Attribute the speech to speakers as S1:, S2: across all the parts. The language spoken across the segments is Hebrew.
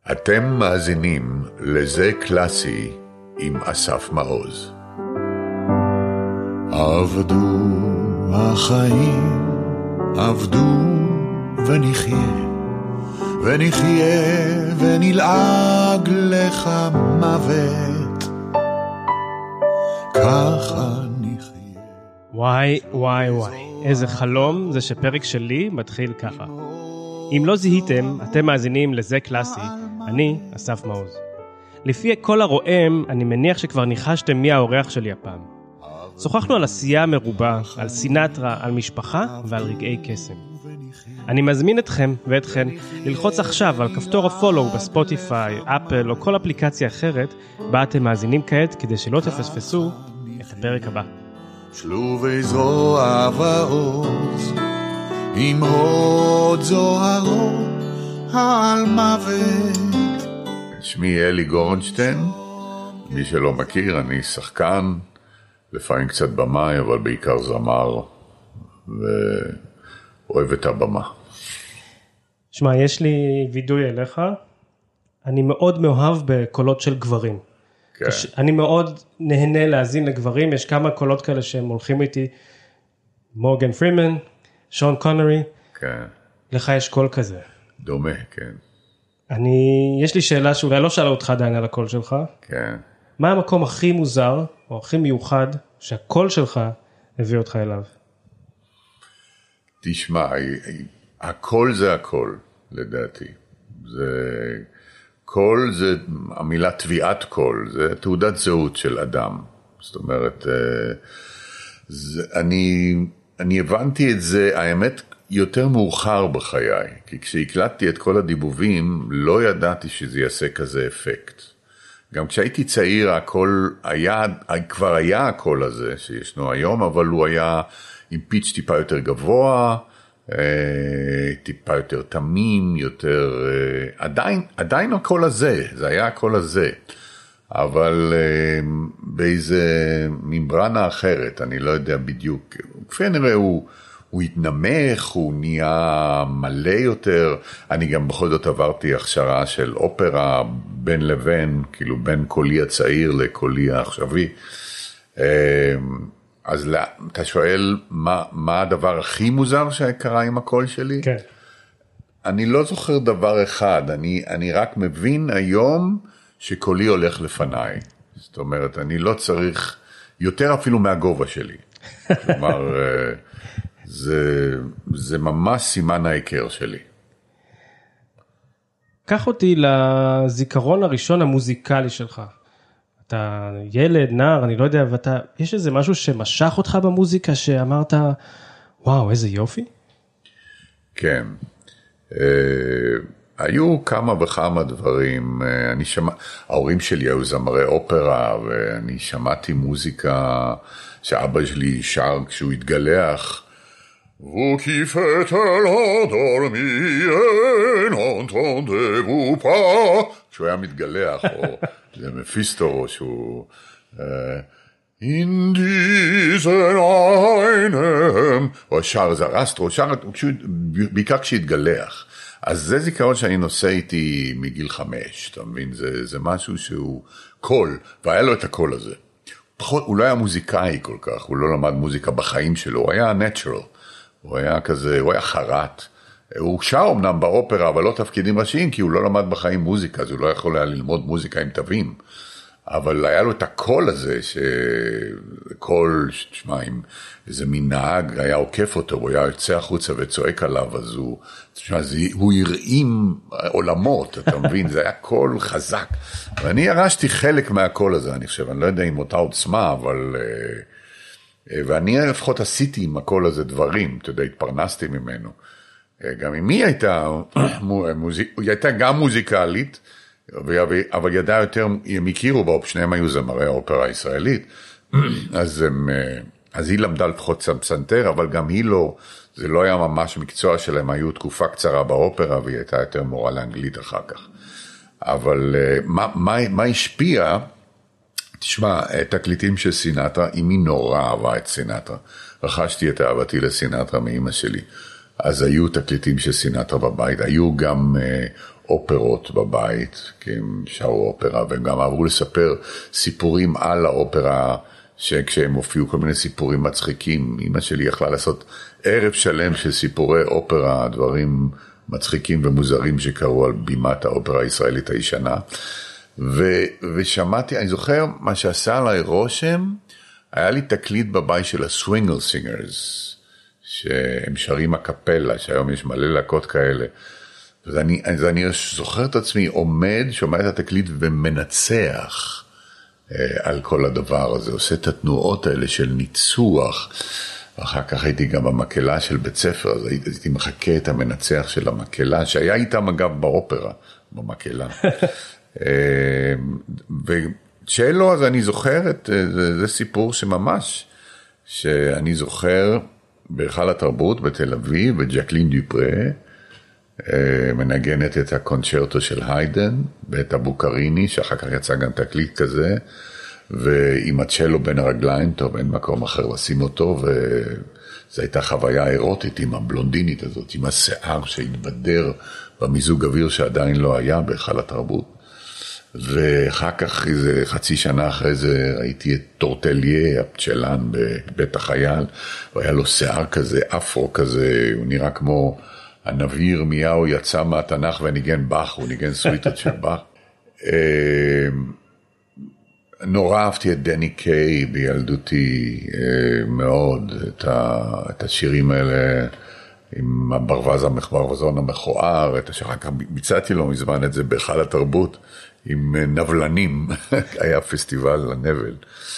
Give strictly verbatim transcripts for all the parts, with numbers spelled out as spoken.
S1: אתם מאזינים לזה קלאסי עם אסף מעוז. עבדו החיים, עבדו ונחיה, ונחיה ונלעג לך מוות, ככה נחיה.
S2: וואי וואי וואי, איזה חלום זה שפרק שלי מתחיל ככה. אם לא זיהיתם, אתם מאזינים לזה קלאסי, אני אסף מעוז. לפי כל הרועם, אני מניח שכבר ניחשתם מי האורח שלי הפעם. שוחחנו על עשייה מרובה, על סינטרה, על משפחה ועל רגעי קסם. אני מזמין אתכם ואתכן ללחוץ עכשיו על כפתור הפולו בספוטיפיי, אפל או כל אפליקציה אחרת, בה אתם מאזינים כעת כדי שלא תפספסו את הפרק הבא.
S1: שלובי זרוע ועוז, עם עוד זוהרו על מוות. שמי אלי גורנשטיין, מי שלא מכיר, אני שחקן, לפעמים קצת במאי, אבל בעיקר זמר, ואוהב את הבמה.
S2: שמע, יש לי וידוי אליך, אני מאוד מאוהב בקולות של גברים. כן. אני מאוד נהנה להאזין לגברים, יש כמה קולות כאלה שהם הולכים איתי, מורגן פרימן, שון קונרי,
S1: כן.
S2: לך יש קול כזה.
S1: דומה, כן.
S2: אני, יש לי שאלה שאולי לא שאלה אותך עדיין על הקול שלך.
S1: כן.
S2: מה המקום הכי מוזר, או הכי מיוחד, שהקול שלך הביא אותך אליו?
S1: תשמע, הקול זה הקול, לדעתי. זה, קול זה, המילה תביעת קול, זה תעודת זהות של אדם. זאת אומרת, זה, אני... אני הבנתי את זה, האמת, יותר מאוחר בחיי, כי כשהקלטתי את כל הדיבובים, לא ידעתי שזה יעשה כזה אפקט. גם כשהייתי צעיר, הכל היה, כבר היה הקול הזה שישנו היום, אבל הוא היה עם פיץ' טיפה יותר גבוה, טיפה יותר תמים, יותר, עדיין, עדיין הקול הזה, זה היה הקול הזה. אבל uh, באיזה ממברנה אחרת, אני לא יודע בדיוק, כפי נראה הוא, הוא התנמך, הוא נהיה מלא יותר, אני גם בכל זאת עברתי הכשרה של אופרה בין לבין, כאילו בין קולי הצעיר לקולי העכשווי, uh, אז לא, אתה שואל מה, מה הדבר הכי מוזר שקרה עם הקול שלי?
S2: כן.
S1: אני לא זוכר דבר אחד, אני, אני רק מבין היום, שקולי הולך לפניי. זאת אומרת, אני לא צריך, יותר אפילו מהגובה שלי. כלומר, זה, זה ממש סימן ההיכר שלי.
S2: קח אותי לזיכרון הראשון המוזיקלי שלך. אתה ילד, נער, אני לא יודע, ואתה, יש איזה משהו שמשך אותך במוזיקה, שאמרת, וואו, איזה יופי?
S1: כן. היו כמה וכמה דברים, אני שמע, ההורים שלי היו זמרי אופרה, ואני שמעתי מוזיקה שאבא שלי שר כשהוא התגלח, Vous qui faites l'endormir, n'entendez-vous pas, כשהוא היה מתגלח, או זה מפיסטו, שהוא, In diesen einem, או שר זרסטרו, שר, בעיקר כשהתגלח. אז זה זיכרון שאני נושא איתי מגיל חמש, אתה מבין? זה, זה משהו שהוא קול, והיה לו את הקול הזה. פחות, הוא לא היה מוזיקאי כל כך, הוא לא למד מוזיקה בחיים שלו, הוא היה natural, הוא היה כזה, הוא היה חרט. הוא שר אמנם באופרה, אבל לא תפקידים ראשיים, כי הוא לא למד בחיים מוזיקה, אז הוא לא יכול היה ללמוד מוזיקה עם תווים. אבל היה לו את הקול הזה, שקול, תשמע, עם איזה מין נהג היה עוקף אותו, הוא היה יוצא החוצה וצועק עליו, אז הוא, תשמע, הוא הרעים עולמות, אתה מבין, זה היה קול חזק. ואני ירשתי חלק מהקול הזה, אני חושב, אני לא יודע אם אותה עוצמה, אבל, ואני לפחות עשיתי עם הקול הזה דברים, אתה יודע, התפרנסתי ממנו. גם אמי הייתה, היא הייתה גם מוזיקלית, אבל ידעה יותר, הם הכירו בה, שניהם היו זמרי האופרה הישראלית, אז, הם, אז היא למדה לפחות פסנתר, אבל גם היא לא, זה לא היה ממש מקצוע שלהם, היו תקופה קצרה באופרה, והיא הייתה יותר מורה לאנגלית אחר כך. אבל מה, מה, מה השפיע, תשמע, תקליטים של סינטרה, אמי נורא אהבה את סינטרה, רכשתי את אהבתי לסינטרה מאמא שלי, אז היו תקליטים של סינטרה בבית, היו גם אופרות בבית, כי הם שרו אופרה, והם גם עברו לספר סיפורים על האופרה, שכשהם הופיעו כל מיני סיפורים מצחיקים, אמא שלי יכלה לעשות ערב שלם של סיפורי אופרה, דברים מצחיקים ומוזרים שקרו על בימת האופרה הישראלית הישנה, ו, ושמעתי, אני זוכר מה שעשה עליי רושם, היה לי תקליט בבית של הסווינגל סינגרס, שהם שרים הקפלה, שהיום יש מלא להקות כאלה, אז אני, אז אני זוכר את עצמי עומד, שומע את התקליט ומנצח אה, על כל הדבר הזה, עושה את התנועות האלה של ניצוח, ואחר כך הייתי גם במקהלה של בית ספר, אז הייתי, הייתי מחכה את המנצח של המקהלה, שהיה איתם אגב באופרה, במקהלה. אה, וצ'לו, אז אני זוכר, את, זה, זה סיפור שממש, שאני זוכר בהיכל התרבות בתל אביב, וג'קלין דופרה, מנגנת את הקונצ'רטו של היידן, ואת הבוקריני, שאחר כך יצא גם תקליט כזה, ועם הצ'לו בין הרגליים, טוב, אין מקום אחר לשים אותו, וזו הייתה חוויה אירוטית עם הבלונדינית הזאת, עם השיער שהתבדר במיזוג אוויר שעדיין לא היה בהיכל התרבות. ואחר כך, איזה חצי שנה אחרי זה, ראיתי את טורטליה, הפצ'לן בבית החייל, והיה לו שיער כזה, אפרו כזה, הוא נראה כמו הנביא ירמיהו יצא מהתנ"ך וניגן באך, הוא ניגן סוויטות של באך. נורא אהבתי את דני קיי בילדותי מאוד, את השירים האלה, עם הברווז המחברווזון המכוער, את השחר כך ביצעתי לו מזמן את זה בהיכל התרבות, עם נבלנים, היה פסטיבל הנבל.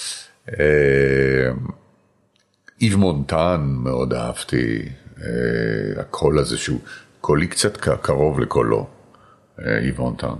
S1: איב מונטן מאוד אהבתי, הקול הזה שהוא קולי קצת קרוב לקולו, איב מונטן.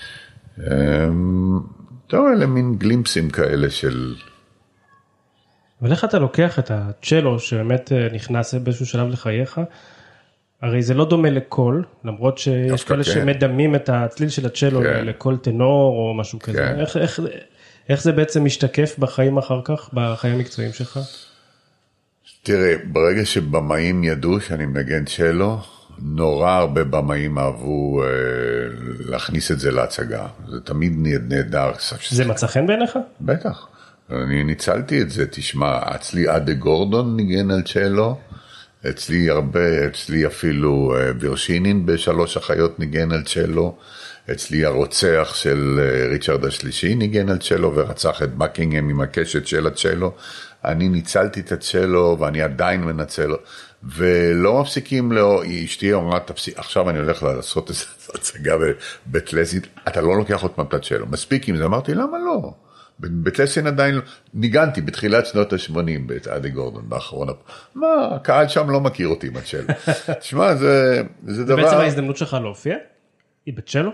S1: טוב, אלה מין גלימפסים כאלה של...
S2: אבל איך אתה לוקח את הצ'לו שבאמת נכנס באיזשהו שלב לחייך? הרי זה לא דומה לקול, למרות שיש כאלה כן. שמדמים את הצליל של הצ'לו כן. לקול טנור או משהו כזה. כן. איך, איך, איך זה בעצם משתקף בחיים אחר כך, בחיים המקצועיים שלך?
S1: תראה, ברגע שבמאים ידעו שאני מנגן צ'לו, נורא הרבה במאים אהבו אה, להכניס את זה להצגה. זה תמיד נהדר.
S2: זה מצא חן בעיניך?
S1: בטח. אני ניצלתי את זה, תשמע, אצלי אדה גורדון ניגן על צ'לו, אצלי הרבה, אצלי אפילו ורשינין בשלוש החיות ניגן על צ'לו, אצלי הרוצח של ריצ'רד השלישי ניגן על צ'לו ורצח את בקינגהם עם הקשת של הצ'לו, אני ניצלתי את הצ'לו ואני עדיין מנצל, ולא מפסיקים לו, אשתי אמרה, תפסיק, עכשיו אני הולך לעשות איזו הצגה בבית-לסין, אתה לא לוקח עוד פעם את הצ'לו, מספיק עם זה, אמרתי, למה לא? בית-לסין עדיין ניגנתי בתחילת שנות ה-שמונים בית אדי גורדון באחרונה. מה, הקהל שם לא מכיר אותי עם הצ'לו. תשמע, זה, זה דבר...
S2: זה בעצם ההזדמנות שלך להופיע? היא בצ'לו?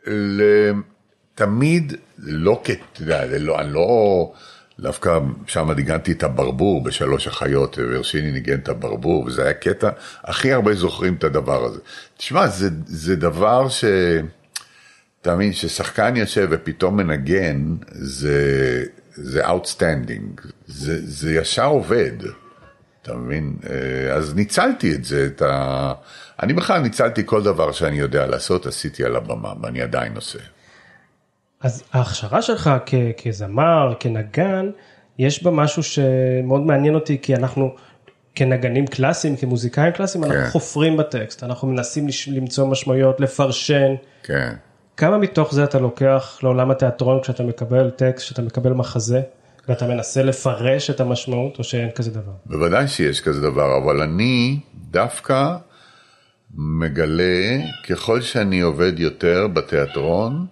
S1: תמיד לא כתדה, לא, אני לא... דווקא שם ניגנתי את הברבור בשלוש החיות, ורשיני ניגן את הברבור, וזה היה קטע, הכי הרבה זוכרים את הדבר הזה. תשמע, זה, זה דבר ש... תאמין, ששחקן יושב ופתאום מנגן, זה, זה outstanding, זה, זה ישר עובד, אתה מבין? אז ניצלתי את זה, את ה... אני בכלל ניצלתי כל דבר שאני יודע לעשות, עשיתי על הבמה, ואני עדיין עושה.
S2: אז ההכשרה שלך כ- כזמר, כנגן, יש בה משהו שמאוד מעניין אותי, כי אנחנו כנגנים קלאסיים, כמוזיקאים קלאסיים, כן. אנחנו חופרים בטקסט, אנחנו מנסים למצוא משמעויות, לפרשן.
S1: כן.
S2: כמה מתוך זה אתה לוקח לעולם התיאטרון, כשאתה מקבל טקסט, כשאתה מקבל מחזה, ואתה מנסה לפרש את המשמעות, או שאין כזה דבר?
S1: בוודאי שיש כזה דבר, אבל אני דווקא מגלה, ככל שאני עובד יותר בתיאטרון,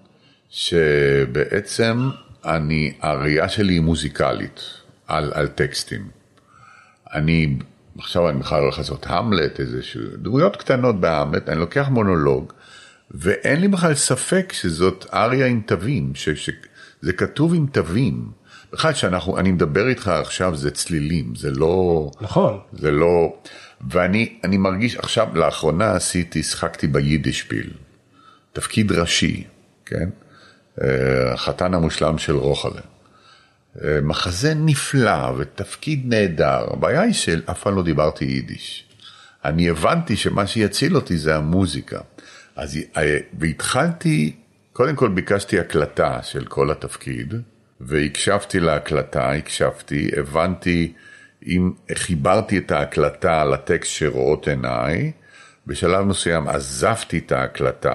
S1: שבעצם אני, הראייה שלי היא מוזיקלית, על, על טקסטים. אני, עכשיו אני בכלל הולך לעשות המלט, איזשהו, דמויות קטנות בהמלט, אני לוקח מונולוג, ואין לי בכלל ספק שזאת אריה עם תווים, שזה כתוב עם תווים. בכלל שאנחנו, אני מדבר איתך עכשיו, זה צלילים, זה לא...
S2: נכון.
S1: זה לא... ואני אני מרגיש, עכשיו, לאחרונה עשיתי, שחקתי ביידישפיל, תפקיד ראשי, כן? החתן המושלם של רוחלה. מחזה נפלא ותפקיד נהדר. הבעיה היא שאף פעם לא דיברתי יידיש. אני הבנתי שמה שיציל אותי זה המוזיקה. אז, והתחלתי, קודם כל ביקשתי הקלטה של כל התפקיד, והקשבתי להקלטה, הקשבתי, הבנתי, אם חיברתי את ההקלטה לטקסט שרואות עיניי, בשלב מסוים עזבתי את ההקלטה,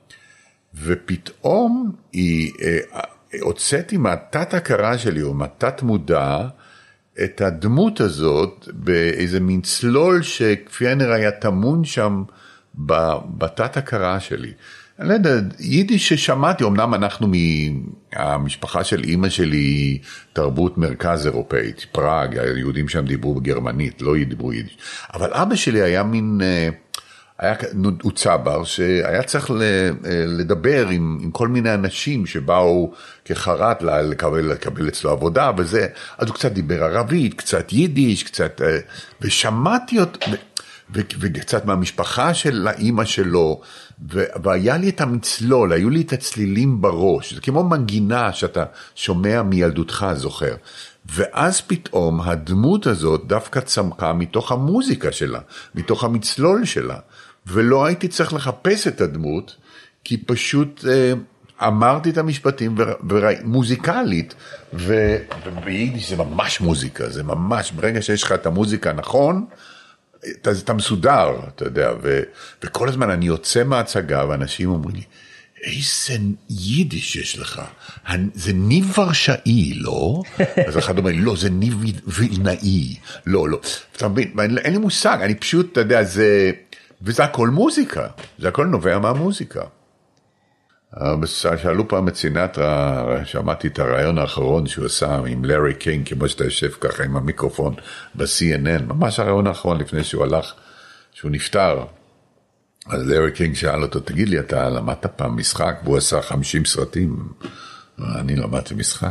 S1: ופתאום היא, הוצאתי מהתת הכרה שלי, או מהתת מודע, את הדמות הזאת, באיזה מין צלול, שכפי הנראה היה תמון שם, בתת הכרה שלי. אני לא יודע, יידיש ששמעתי, אמנם אנחנו מהמשפחה של אמא שלי, תרבות מרכז אירופאית, פראג, היהודים שם דיברו בגרמנית, לא דיברו יידיש. אבל אבא שלי היה מין, היה, הוא צבר, שהיה צריך לדבר עם, עם כל מיני אנשים שבאו כחרת לקבל, לקבל אצלו עבודה וזה, אז הוא קצת דיבר ערבית, קצת יידיש, קצת, ושמעתי אותו, וקצת מהמשפחה של האמא שלו, והיה לי את המצלול, היו לי את הצלילים בראש, זה כמו מנגינה שאתה שומע מילדותך, זוכר. ואז פתאום הדמות הזאת דווקא צמחה מתוך המוזיקה שלה, מתוך המצלול שלה, ולא הייתי צריך לחפש את הדמות, כי פשוט אמרתי את המשפטים מוזיקלית, וביידיש זה ממש מוזיקה, זה ממש, ברגע שיש לך את המוזיקה נכון, אתה, אתה מסודר, אתה יודע, ו, וכל הזמן אני יוצא מההצגה, ואנשים אומרים לי, איזה יידיש יש לך, זה ניב ורשאי, לא? אז אחד אומר לי, לא, זה ניב וילנאי, לא, לא. אתה מבין, אין לי מושג, אני פשוט, אתה יודע, זה, וזה הכל מוזיקה, זה הכל נובע מהמוזיקה. שאלו פעם את סינטרה, שמעתי את הרעיון האחרון שהוא עשה עם לארי קינג, כמו שאתה יושב ככה עם המיקרופון ב-סי אן אן, ממש הרעיון האחרון לפני שהוא הלך, שהוא נפטר. אז לארי קינג שאל אותו, תגיד לי, אתה למדת פעם משחק, והוא עשה חמישים סרטים, אני למדתי משחק.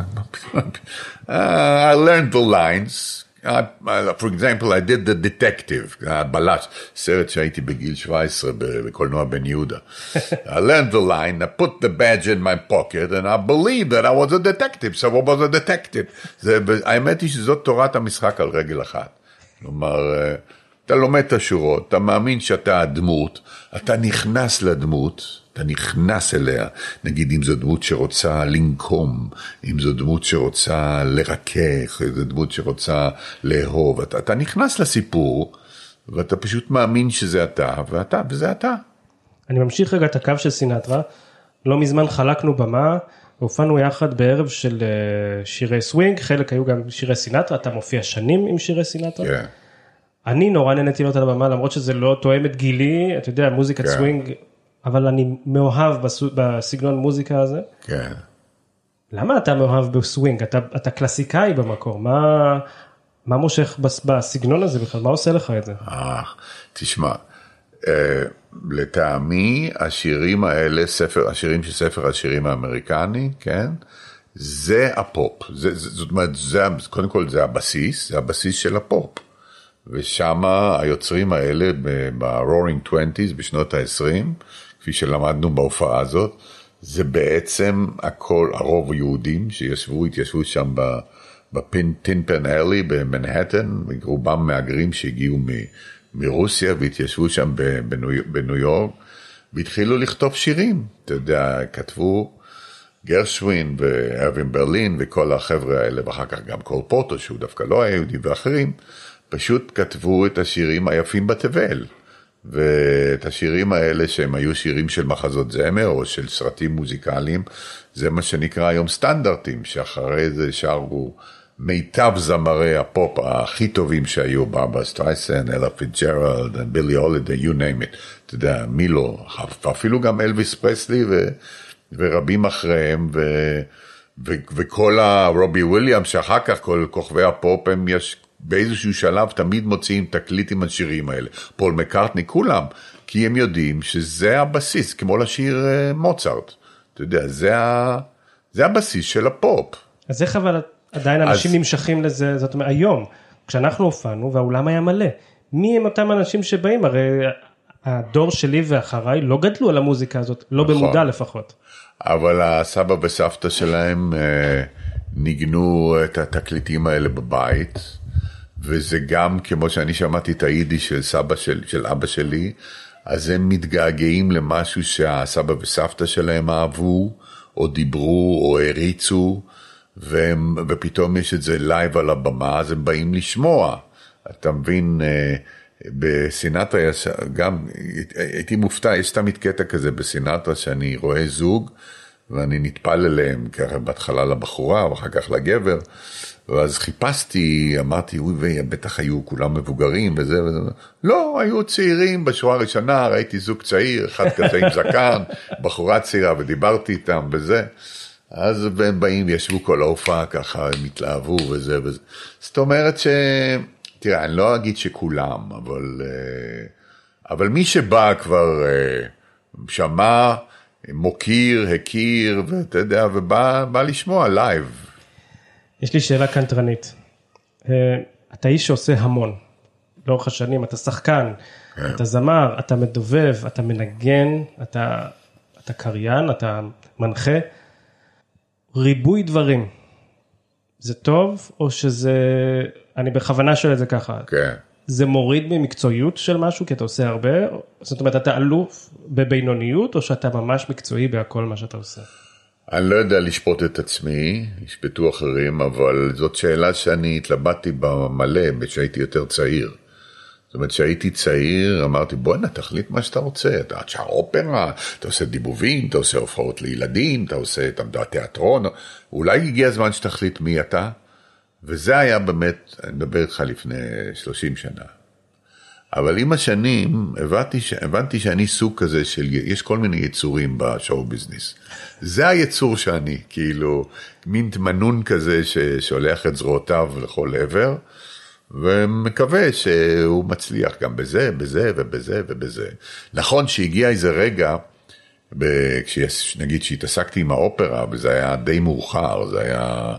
S1: uh, I learned the lines, I, for example, I did the detective, בלש, סרט שהייתי בגיל שבע עשרה בקולנוע בן יהודה. I learned the line, I put the badge in my pocket, and I believed that I was a detective, so I was a detective. זה, האמת היא שזאת תורת המשחק על רגל אחת. כלומר, אתה לומד את השורות, אתה מאמין שאתה הדמות, אתה נכנס לדמות, אתה נכנס אליה, נגיד אם זו דמות שרוצה לנקום, אם זו דמות שרוצה לרכך, אם זו דמות שרוצה לאהוב, אתה, אתה נכנס לסיפור, ואתה פשוט מאמין שזה אתה, ואתה, וזה אתה.
S2: אני ממשיך רגע את הקו של סינטרה, לא מזמן חלקנו במה, והופענו יחד בערב של שירי סווינג, חלק היו גם שירי סינטרה, אתה מופיע שנים עם שירי סינטרה?
S1: כן.
S2: אני נורא נהניתי להיות על הבמה, למרות שזה לא תואם את גילי, אתה יודע, מוזיקת כן. סווינג, אבל אני מאוהב בסגנון מוזיקה הזה.
S1: כן.
S2: למה אתה מאוהב בסווינג? אתה, אתה קלאסיקאי במקור, מה, מה מושך בסגנון הזה בכלל? מה עושה לך את זה?
S1: אה, תשמע, אה, לטעמי, השירים האלה, ספר, השירים של ספר השירים האמריקני, כן? זה הפופ. זה, זה, זאת אומרת, זה, קודם כל זה הבסיס, זה הבסיס של הפופ. ושם היוצרים האלה ב-Roaring Twenties בשנות ה-עשרים, כפי שלמדנו בהופעה הזאת, זה בעצם הכל, הרוב יהודים שישבו, התיישבו שם בפינפן אלי במנהטן, רובם מהגרים שהגיעו מ- מרוסיה והתיישבו שם בניו, בניו יורק, והתחילו לכתוב שירים, אתה יודע, כתבו גרשווין וארווין ברלין וכל החבר'ה האלה, ואחר כך גם קול פורטר שהוא דווקא לא היה יהודי ואחרים, פשוט כתבו את השירים היפים בתבל, ואת השירים האלה שהם היו שירים של מחזות זמר או של סרטים מוזיקליים, זה מה שנקרא היום סטנדרטים, שאחרי זה שרו מיטב זמרי הפופ הכי טובים שהיו, ברברה סטרייסנד, אלה פיטג'רלד, בילי הולידיי, you name it, אתה יודע, מי לא, אפילו גם אלוויס פרסלי ו, ורבים אחריהם, ו, ו, וכל הרובי וויליאמס, שאחר כך כל כוכבי הפופ הם יש, באיזשהו שלב תמיד מוציאים תקליט עם השירים האלה. פול מקארטני, כולם, כי הם יודעים שזה הבסיס, כמו לשיר מוצרט. אתה יודע, זה, ה... זה הבסיס של הפופ.
S2: אז איך אבל עדיין אנשים אז... נמשכים לזה, זאת אומרת, היום, כשאנחנו הופענו והאולם היה מלא, מי הם אותם אנשים שבאים? הרי הדור שלי ואחריי לא גדלו על המוזיקה הזאת, לא נכון. במודע לפחות.
S1: אבל הסבא וסבתא שלהם אה, ניגנו את התקליטים האלה בבית, וזה גם כמו שאני שמעתי את היידיש של סבא של, של אבא שלי, אז הם מתגעגעים למשהו שהסבא וסבתא שלהם אהבו, או דיברו, או הריצו, והם, ופתאום יש את זה לייב על הבמה, אז הם באים לשמוע. אתה מבין, בסינטרה, גם הייתי מופתע, יש תמיד קטע כזה בסינטרה, שאני רואה זוג, ואני נטפל אליהם, ככה בהתחלה לבחורה, ואחר כך לגבר, ואז חיפשתי, אמרתי, אוי, בטח היו כולם מבוגרים, וזה וזה. לא, היו צעירים בשורה הראשונה, ראיתי זוג צעיר, אחד כזה עם זקן, בחורה צעירה, ודיברתי איתם וזה. אז הם באים, ישבו כל ההופעה, ככה הם התלהבו וזה וזה. זאת אומרת ש... תראה, אני לא אגיד שכולם, אבל, אבל מי שבא כבר שמע, מוקיר, הכיר, ואתה יודע, ובא בא לשמוע לייב.
S2: יש לי שאלה קנטרנית. אתה איש שעושה המון. לאורך השנים, אתה שחקן, אתה זמר, אתה מדובב, אתה מנגן, אתה, אתה קריין, אתה מנחה. ריבוי דברים. זה טוב, או שזה, אני בכוונה שואל את זה ככה.
S1: כן.
S2: זה מוריד ממקצועיות של משהו, כי אתה עושה הרבה? זאת אומרת, אתה אלוף בבינוניות, או שאתה ממש מקצועי בהכל מה שאתה עושה?
S1: אני לא יודע לשפוט את עצמי, ישפטו אחרים, אבל זאת שאלה שאני התלבטתי בה מלא, כשהייתי יותר צעיר. זאת אומרת, כשהייתי צעיר, אמרתי, בוא נה, תחליט מה שאתה רוצה, אתה שר אופרה, אתה עושה דיבובים, אתה עושה הופעות לילדים, אתה עושה תיאטרון, אולי הגיע הזמן שתחליט מי אתה, וזה היה באמת, אני מדבר איתך לפני שלושים שנה. אבל עם השנים, הבנתי, הבנתי שאני סוג כזה של, יש כל מיני יצורים בשואו ביזנס. זה היצור שאני, כאילו, מין תמנון כזה ששולח את זרועותיו לכל עבר, ומקווה שהוא מצליח גם בזה, בזה ובזה ובזה. נכון שהגיע איזה רגע, נגיד שהתעסקתי עם האופרה, וזה היה די מאוחר, זה היה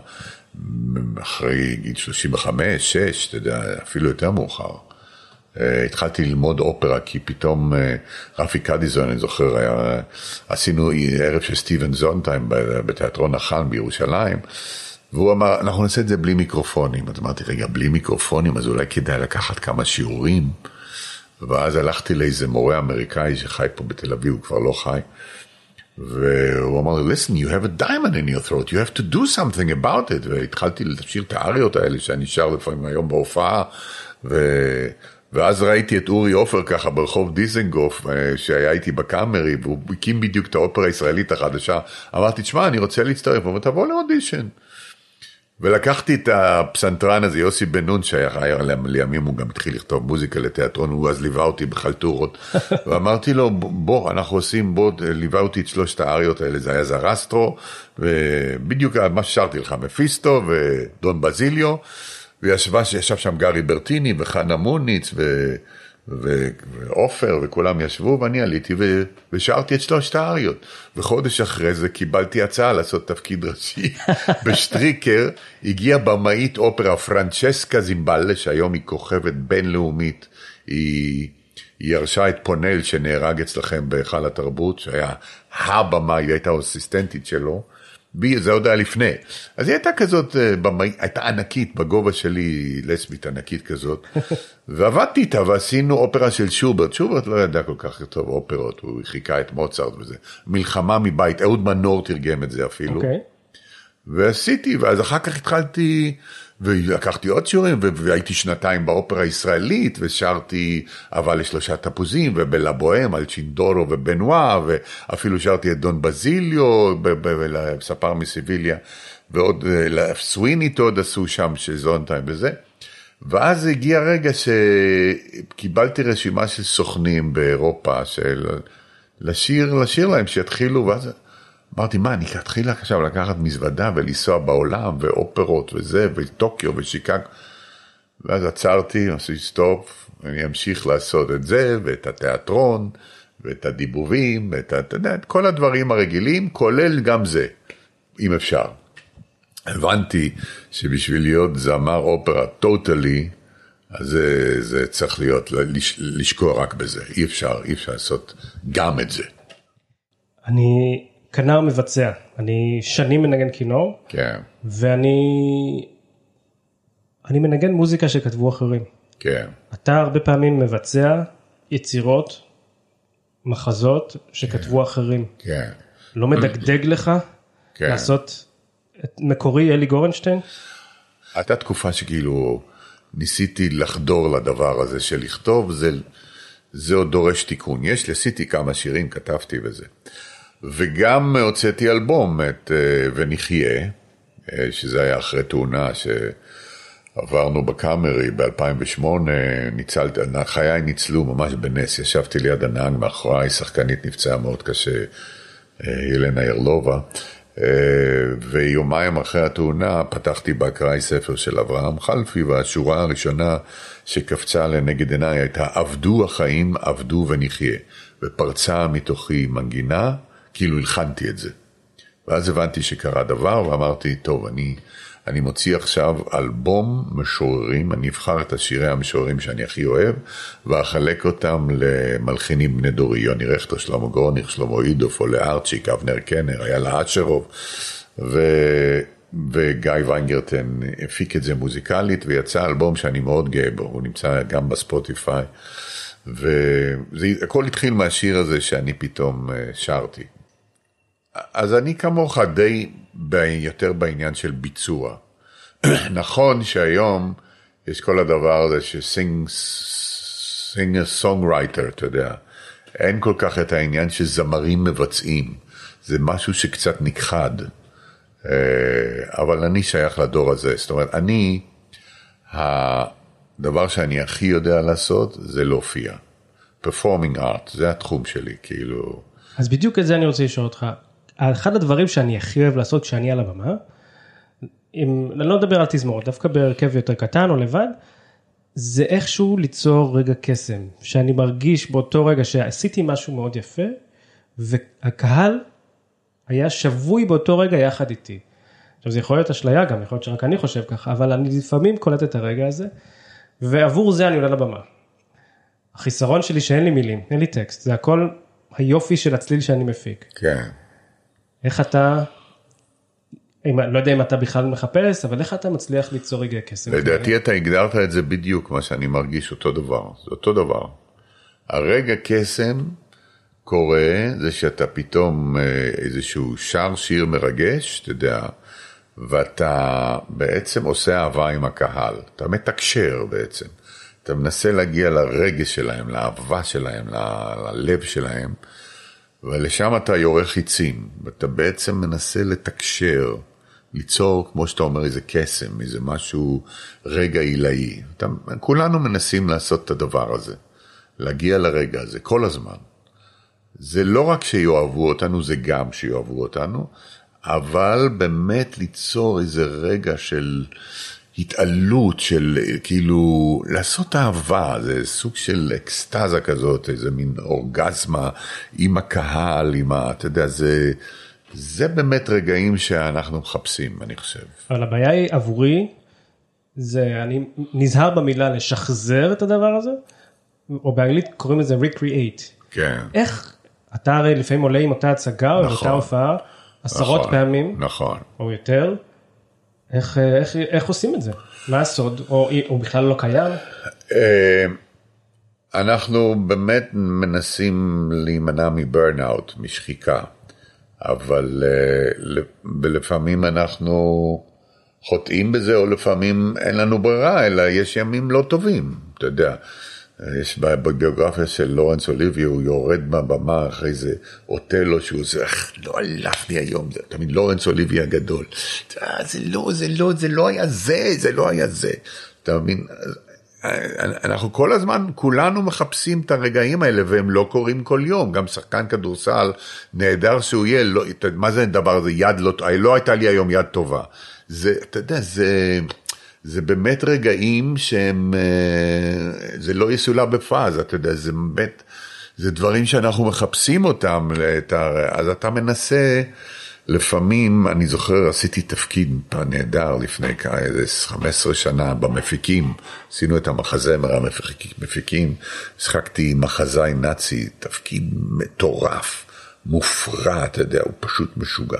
S1: אחרי גיל שלושים וחמש, שש, אתה יודע, אפילו יותר מאוחר. התחלתי ללמוד אופרה, כי פתאום רפי קדיזון, אני זוכר, היה, עשינו ערב של סטיבן זונטיים בתיאטרון החאן בירושלים, והוא אמר, אנחנו נעשה את זה בלי מיקרופונים. אז אמרתי, רגע, בלי מיקרופונים, אז אולי כדאי לקחת כמה שיעורים. ואז הלכתי לאיזה מורה אמריקאי שחי פה בתל אביב, הוא כבר לא חי. והוא אמר לי, listen, you have a diamond in your throat, you have to do something about it. והתחלתי לשיר את האריות האלה, שאני שר לפעמים היום בהופעה, ו... ואז ראיתי את אורי אופר ככה ברחוב דיזנגוף, שהיה איתי בקאמרי, והוא הקים בדיוק את האופרה הישראלית החדשה. אמרתי, תשמע, אני רוצה להצטרף, הוא אומר, תבוא לאודישן. ולקחתי את הפסנתרן הזה, יוסי בן נון, שהיה לימים, הוא גם התחיל לכתוב מוזיקה לתיאטרון, הוא אז ליווה אותי בחלטורות, ואמרתי לו, בוא, אנחנו עושים, בוא, ליווה אותי את שלושת האריות האלה, זה היה זרסטרו, ובדיוק מה ששרתי לך, מפיסטו ודון בזיליו, וישב שם גרי ברטיני וחנה מוניץ ו... ואופר וכולם ישבו, ואני עליתי ו... ושרתי את שלושת האריות. וחודש אחרי זה קיבלתי הצעה לעשות תפקיד ראשי בשטריקר. הגיעה במאית אופרה פרנצ'סקה זימבלה, שהיום היא כוכבת בינלאומית. היא, היא ירשה את פונל שנהרג אצלכם בהיכל התרבות, שהיה הבמה, היא הייתה אסיסטנטית שלו. זה עוד היה לפני. אז היא הייתה כזאת, הייתה ענקית, בגובה שלי, לסבית ענקית כזאת, ועבדתי איתה, ועשינו אופרה של שוברט. שוברט לא ידע כל כך טוב אופרות, הוא חיכה את מוצרט וזה. מלחמה מבית, אהוד מנור תרגם את זה אפילו. Okay. ועשיתי, ואז אחר כך התחלתי, ולקחתי עוד שיעורים, והייתי שנתיים באופרה הישראלית, ושרתי אבל לשלושה תפוזים, ובלה בוהם, על צ'ינדורו ובנואה, ואפילו שרתי את דון בזיליו, ספר מסיביליה, ועוד סווינית עוד עשו שם, שזונטיים וזה. ואז הגיע רגע שקיבלתי רשימה של סוכנים באירופה, של לשיר, לשיר להם שיתחילו, ואז אמרתי, מה, אני אתחיל עכשיו לקחת מזוודה ולנסוע בעולם, ואופרות וזה, וטוקיו ושיקגו. ואז עצרתי, עשיתי סטופ, אני אמשיך לעשות את זה, ואת התיאטרון, ואת הדיבובים, ואת אתה יודע, את כל הדברים הרגילים, כולל גם זה, אם אפשר. הבנתי שבשביל להיות זמר אופרה טוטלי, אז זה, זה צריך להיות, לש, לשקוע רק בזה. אי אפשר, אי אפשר לעשות גם את זה.
S2: אני כנר מבצע, אני שנים מנגן כינור,
S1: כן.
S2: ואני אני מנגן מוזיקה שכתבו אחרים.
S1: כן.
S2: אתה הרבה פעמים מבצע יצירות מחזות שכתבו אחרים.
S1: כן.
S2: לא מדגדג לך לעשות את מקורי אלי גורנשטיין?
S1: הייתה תקופה שכאילו ניסיתי לחדור לדבר הזה של לכתוב, זה, זה עוד דורש תיקון. יש, עשיתי כמה שירים, כתבתי וזה. וגם הוצאתי אלבום, את ונחיה, שזה היה אחרי תאונה שעברנו בקאמרי ב-אלפיים ושמונה, ניצלתי, חיי ניצלו ממש בנס, ישבתי ליד הנהג מאחוריי, שחקנית נפצעה מאוד קשה, ילנה ירלובה, ויומיים אחרי התאונה פתחתי בהקראי ספר של אברהם חלפי, והשורה הראשונה שקפצה לנגד עיניי הייתה עבדו החיים, עבדו ונחיה, ופרצה מתוכי מנגינה, כאילו הלחנתי את זה. ואז הבנתי שקרה דבר, ואמרתי, טוב, אני, אני מוציא עכשיו אלבום משוררים, אני אבחר את השירי המשוררים שאני הכי אוהב, ואחלק אותם למלחינים בני דורי, יוני רכטר, שלמה גורניך, שלמה אידוף, אולה ארצ'יק, אבנר קנר, איילה אצ'רוב, ו... וגיא ויינגרטן הפיק את זה מוזיקלית, ויצא אלבום שאני מאוד גאה בו, הוא נמצא גם בספוטיפיי, והכל התחיל מהשיר הזה שאני פתאום שרתי. אז אני כמוך די יותר בעניין של ביצוע. נכון שהיום יש כל הדבר הזה שסינג, סינגר סונגרייטר, אתה יודע, אין כל כך את העניין שזמרים מבצעים, זה משהו שקצת נכחד, אבל אני שייך לדור הזה, זאת אומרת, אני, הדבר שאני הכי יודע לעשות זה להופיע, performing art, זה התחום שלי, כאילו.
S2: אז בדיוק את זה אני רוצה לשאול אותך, אחד הדברים שאני הכי אוהב לעשות כשאני על הבמה, אם, אני לא מדבר על תזמורת, דווקא בהרכב יותר קטן או לבד, זה איכשהו ליצור רגע קסם, שאני מרגיש באותו רגע שעשיתי משהו מאוד יפה, והקהל היה שבוי באותו רגע יחד איתי. עכשיו זה יכול להיות אשליה גם, יכול להיות שרק אני חושב ככה, אבל אני לפעמים קולט את הרגע הזה, ועבור זה אני עולה לבמה. החיסרון שלי שאין לי מילים, אין לי טקסט, זה הכל היופי של הצליל שאני מפיק.
S1: כן.
S2: איך אתה, לא יודע אם אתה בכלל מחפש, אבל איך אתה מצליח ליצור רגע קסם?
S1: לדעתי אתה הגדרת את זה בדיוק מה שאני מרגיש, אותו דבר, זה אותו דבר. הרגע קסם קורה, זה שאתה פתאום איזשהו שר שיר מרגש, אתה יודע, ואתה בעצם עושה אהבה עם הקהל, אתה מתקשר בעצם, אתה מנסה להגיע לרגש שלהם, לאהבה שלהם, ללב שלהם, ולשם אתה יורה חיצים, ואתה בעצם מנסה לתקשר, ליצור, כמו שאתה אומר, איזה קסם, איזה משהו רגע עילאי. אתה, כולנו מנסים לעשות את הדבר הזה, להגיע לרגע הזה, כל הזמן. זה לא רק שיואהבו אותנו, זה גם שיואהבו אותנו, אבל באמת ליצור איזה רגע של התעלות, של כאילו לעשות אהבה, זה סוג של אקסטאזה כזאת, איזה מין אורגזמה עם הקהל, עם ה... אתה יודע, זה, זה באמת רגעים שאנחנו מחפשים, אני חושב. אבל
S2: הבעיה היא עבורי, זה, אני נזהר במילה לשחזר את הדבר הזה, או באנגלית קוראים לזה recreate.
S1: כן.
S2: איך, אתה הרי לפעמים עולה עם אותה הצגה, או עם אותה הופעה, עשרות
S1: נכון,
S2: פעמים,
S1: נכון.
S2: או יותר, איך, איך, איך עושים את זה? מה הסוד? או, או בכלל לא קיים?
S1: אנחנו באמת מנסים להימנע מברנאוט, משחיקה, אבל לפעמים אנחנו חוטאים בזה, או לפעמים אין לנו ברירה, אלא יש ימים לא טובים, אתה יודע. יש בביוגרפיה של לורנס אוליבי, הוא יורד מהבמה אחרי זה, אוטלו שהוא זה, לא הלך לי היום, זה תמיד לורנס אוליבי הגדול, זה לא, זה לא, זה לא היה זה, זה לא היה זה, אתה מבין, אנחנו כל הזמן, כולנו מחפשים את הרגעים האלה, והם לא קורים כל יום, גם שחקן כדורסל, נהדר שהוא יהיה, לא, מה זה דבר הזה, יד לא, לא הייתה לי היום יד טובה, זה, אתה יודע, זה... זה באמת רגעים שהם, זה לא יסולה בפאז, אתה יודע, זה באמת, זה דברים שאנחנו מחפשים אותם, אז אתה מנסה, לפעמים, אני זוכר, עשיתי תפקיד נהדר לפני איזה חמש עשרה שנה במפיקים, עשינו את המחזמר המפיקים, שחקתי מחזאי נאצי, תפקיד מטורף, מופרע, אתה יודע, הוא פשוט משוגע,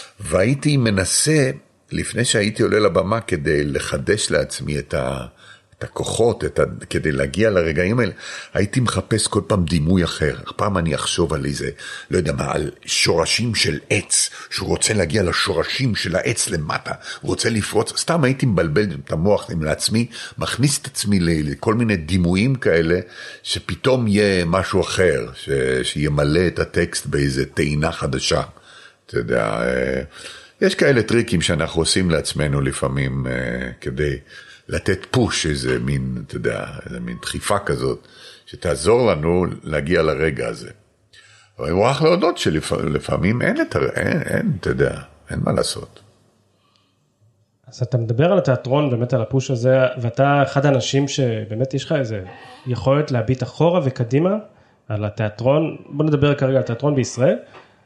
S1: והייתי מנסה, לפני שהייתי עולה לבמה כדי לחדש לעצמי את, ה, את הכוחות, את ה... כדי להגיע לרגעים האלה, הייתי מחפש כל פעם דימוי אחר. פעם אני אחשוב על איזה, לא יודע מה, על שורשים של עץ, שהוא רוצה להגיע לשורשים של העץ למטה, הוא רוצה לפרוץ, סתם הייתי מבלבל את המוח עם לעצמי, מכניס את עצמי לכל מיני דימויים כאלה, שפתאום יהיה משהו אחר, ש... שימלא את הטקסט באיזה טעינה חדשה. אתה יודע, יש כאלה טריקים שאנחנו עושים לעצמנו לפעמים, כדי לתת פוש, איזה מין, אתה יודע, איזה מין דחיפה כזאת, שתעזור לנו להגיע לרגע הזה. אבל אני מוכרח להודות שלפעמים אין, אין, אין, אתה יודע, אין מה לעשות.
S2: אז אתה מדבר על התיאטרון, באמת על הפוש הזה, ואתה אחד האנשים שבאמת יש לך איזה יכולת להביט אחורה וקדימה על התיאטרון. בוא נדבר כרגע על התיאטרון בישראל.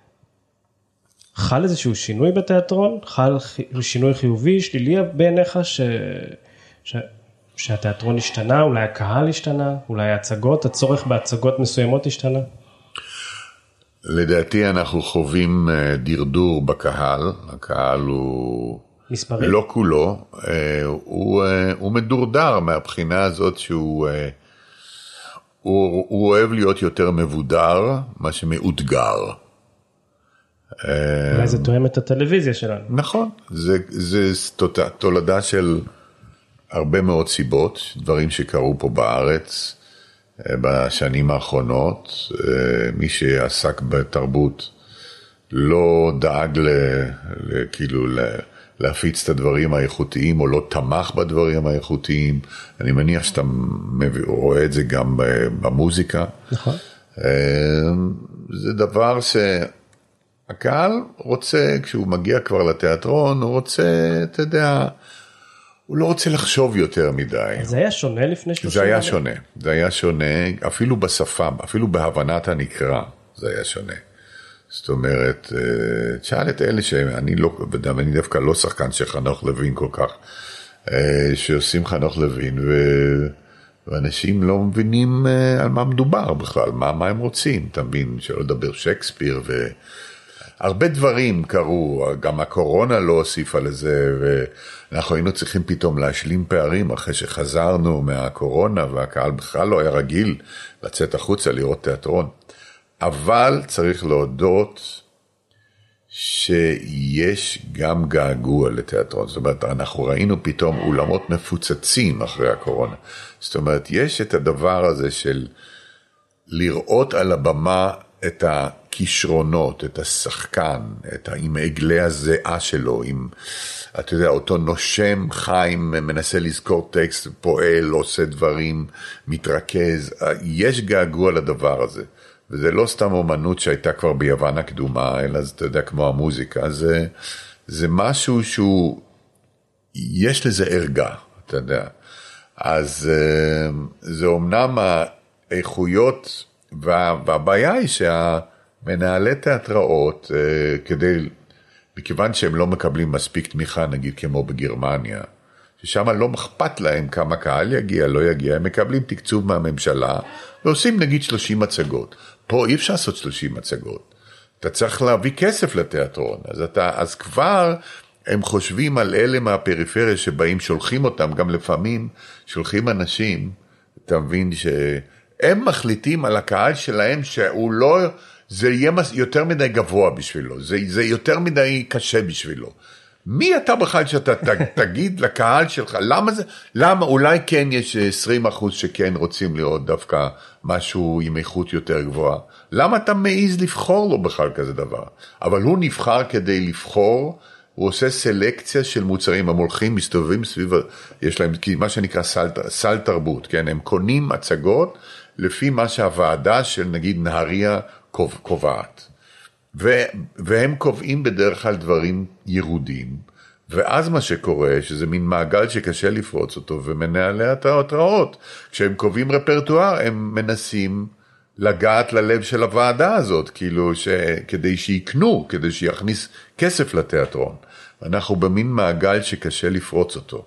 S2: חל איזשהו שינוי בתיאטרון? חל שינוי חיובי, שלילי בעיניך ש... ש... שהתיאטרון השתנה, אולי הקהל השתנה, אולי ההצגות, הצורך בהצגות מסוימות השתנה?
S1: לדעתי אנחנו חווים דרדור בקהל, הקהל הוא...
S2: מספרי?
S1: לא כולו, הוא, הוא מדורדר מהבחינה הזאת שהוא הוא, הוא אוהב להיות יותר מבודר, מה שמאותגר.
S2: אולי זה תואם את הטלוויזיה שלנו.
S1: נכון, זה, זה תולדה של הרבה מאוד סיבות, דברים שקרו פה בארץ בשנים האחרונות. מי שעסק בתרבות לא דאג ל, ל, כאילו ל, להפיץ את הדברים האיכותיים, או לא תמך בדברים האיכותיים. אני מניח שאתה רואה את זה גם במוזיקה.
S2: נכון.
S1: זה דבר ש... הקהל רוצה, כשהוא מגיע כבר לתיאטרון, הוא רוצה, אתה יודע, הוא לא רוצה לחשוב יותר מדי.
S2: זה היה שונה לפני שלושים?
S1: זה היה שונה, זה היה שונה, אפילו בשפה, אפילו בהבנת הנקרא, זה היה שונה. זאת אומרת, תשאל את אלה שאני לא, ואני דווקא לא שחקן של חנוך לוין כל כך, שעושים חנוך לוין, ו... ואנשים לא מבינים על מה מדובר בכלל, מה, מה הם רוצים, אתה מבין, שלא לדבר שייקספיר ו... הרבה דברים קרו, גם הקורונה לא הוסיפה לזה, ואנחנו היינו צריכים פתאום להשלים פערים, אחרי שחזרנו מהקורונה, והקהל בכלל לא היה רגיל לצאת החוצה לראות תיאטרון. אבל צריך להודות שיש גם געגוע לתיאטרון, זאת אומרת, אנחנו ראינו פתאום אולמות מפוצצים אחרי הקורונה. זאת אומרת, יש את הדבר הזה של לראות על הבמה את הכישרונות, את השחקן, את, עם עגלי הזיעה שלו, עם, אתה יודע, אותו נושם חיים, מנסה לזכור טקסט, פועל, עושה דברים, מתרכז. יש געגוע לדבר הזה. וזה לא סתם אומנות שהייתה כבר ביוון הקדומה, אלא זה, אתה יודע, כמו המוזיקה. זה, זה משהו שהוא, יש לזה ערגה, אתה יודע. אז זה אומנם האיכויות, והבעיה היא שהמנהלי תיאטראות, כדי, מכיוון שהם לא מקבלים מספיק תמיכה, נגיד כמו בגרמניה, ששם לא אכפת להם כמה קהל יגיע, לא יגיע, הם מקבלים תקצוב מהממשלה, ועושים נגיד שלושים הצגות. פה אי אפשר לעשות שלושים הצגות. אתה צריך להביא כסף לתיאטרון, אז, אתה, אז כבר הם חושבים על אלה מהפריפריה שבאים, שולחים אותם, גם לפעמים שולחים אנשים, אתה מבין ש... הם מחליטים על הקהל שלהם שהוא לא, זה יהיה יותר מדי גבוה בשבילו, זה, זה יותר מדי קשה בשבילו. מי אתה בכלל שאתה תגיד לקהל שלך, למה זה, למה אולי כן יש עשרים אחוז שכן רוצים לראות דווקא משהו עם איכות יותר גבוהה, למה אתה מעיז לבחור לו בכלל כזה דבר? אבל הוא נבחר כדי לבחור, הוא עושה סלקציה של מוצרים, הם הולכים, מסתובבים סביב, יש להם מה שנקרא סל, סל תרבות, כן? הם קונים הצגות לפי מה שהוועדה של נגיד נהריה קובעת. ו, והם קובעים בדרך כלל דברים ירודים, ואז מה שקורה, שזה מין מעגל שקשה לפרוץ אותו, ומנהלי התיאטראות, כשהם קובעים רפרטואר, הם מנסים לגעת ללב של הוועדה הזאת, כאילו ש... כדי שיקנו, כדי שיכניס כסף לתיאטרון. אנחנו במין מעגל שקשה לפרוץ אותו.